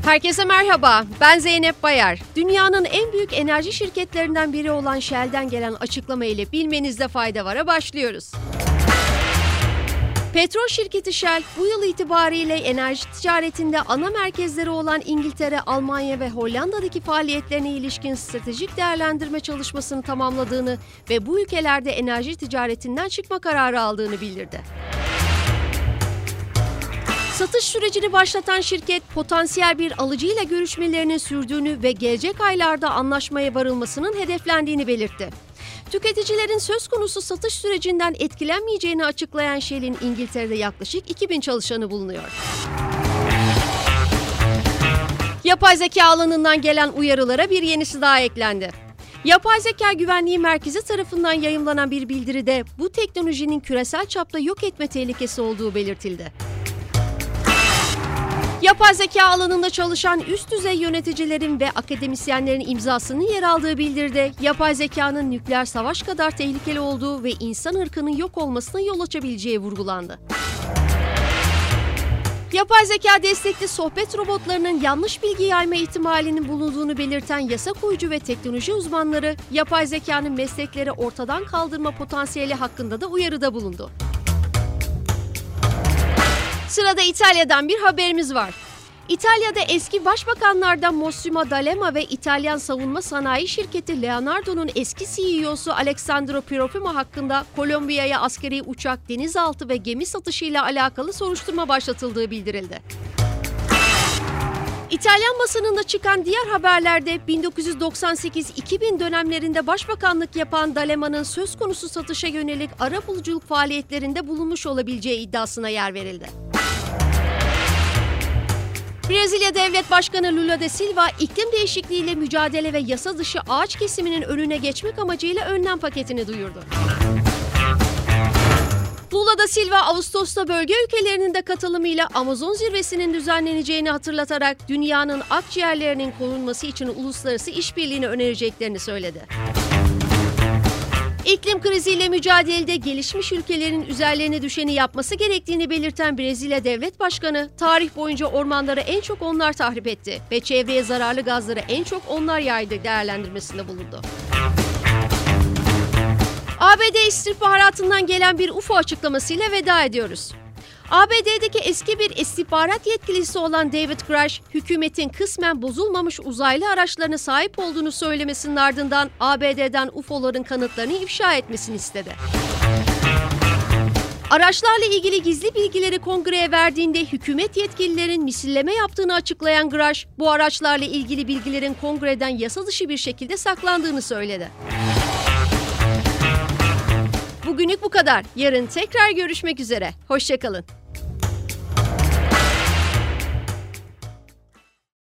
Herkese merhaba, ben Zeynep Bayar. Dünyanın en büyük enerji şirketlerinden biri olan Shell'den gelen açıklama ile bilmenizde fayda var'a başlıyoruz. Petrol şirketi Shell, bu yıl itibariyle enerji ticaretinde ana merkezleri olan İngiltere, Almanya ve Hollanda'daki faaliyetlerine ilişkin stratejik değerlendirme çalışmasını tamamladığını ve bu ülkelerde enerji ticaretinden çıkma kararı aldığını bildirdi. Satış sürecini başlatan şirket, potansiyel bir alıcıyla görüşmelerinin sürdüğünü ve gelecek aylarda anlaşmaya varılmasının hedeflendiğini belirtti. Tüketicilerin söz konusu satış sürecinden etkilenmeyeceğini açıklayan Shell'in İngiltere'de yaklaşık 2000 çalışanı bulunuyor. Yapay zeka alanından gelen uyarılara bir yenisi daha eklendi. Yapay Zeka Güvenliği Merkezi tarafından yayımlanan bir bildiride bu teknolojinin küresel çapta yok etme tehlikesi olduğu belirtildi. Yapay zeka alanında çalışan üst düzey yöneticilerin ve akademisyenlerin imzasının yer aldığı bildiride, yapay zekanın nükleer savaş kadar tehlikeli olduğu ve insan ırkının yok olmasına yol açabileceği vurgulandı. Yapay zeka destekli sohbet robotlarının yanlış bilgi yayma ihtimalinin bulunduğunu belirten yasa koyucu ve teknoloji uzmanları, yapay zekanın meslekleri ortadan kaldırma potansiyeli hakkında da uyarıda bulundu. Sırada İtalya'dan bir haberimiz var. İtalya'da eski başbakanlardan Massimo D'Alema ve İtalyan savunma sanayi şirketi Leonardo'nun eski CEO'su Alessandro Profimo hakkında Kolombiya'ya askeri uçak, denizaltı ve gemi satışıyla alakalı soruşturma başlatıldığı bildirildi. İtalyan basınında çıkan diğer haberlerde 1998-2000 dönemlerinde başbakanlık yapan D'Alema'nın söz konusu satışa yönelik arabuluculuk faaliyetlerinde bulunmuş olabileceği iddiasına yer verildi. Brezilya Devlet Başkanı Lula da Silva, iklim değişikliğiyle mücadele ve yasa dışı ağaç kesiminin önüne geçmek amacıyla önlem paketini duyurdu. Lula da Silva, Ağustos'ta bölge ülkelerinin de katılımıyla Amazon zirvesinin düzenleneceğini hatırlatarak dünyanın akciğerlerinin korunması için uluslararası işbirliğini önereceklerini söyledi. İklim kriziyle mücadelede gelişmiş ülkelerin üzerlerine düşeni yapması gerektiğini belirten Brezilya Devlet Başkanı, tarih boyunca ormanları en çok onlar tahrip etti ve çevreye zararlı gazları en çok onlar yaydı değerlendirmesinde bulundu. ABD istihbaratından gelen bir UFO açıklamasıyla veda ediyoruz. ABD'deki eski bir istihbarat yetkilisi olan David Grush, hükümetin kısmen bozulmamış uzaylı araçlarına sahip olduğunu söylemesinin ardından ABD'den UFO'ların kanıtlarını ifşa etmesini istedi. Araçlarla ilgili gizli bilgileri kongreye verdiğinde hükümet yetkililerin misilleme yaptığını açıklayan Grush, bu araçlarla ilgili bilgilerin kongreden yasa dışı bir şekilde saklandığını söyledi. Bugünlük bu kadar. Yarın tekrar görüşmek üzere. Hoşça kalın.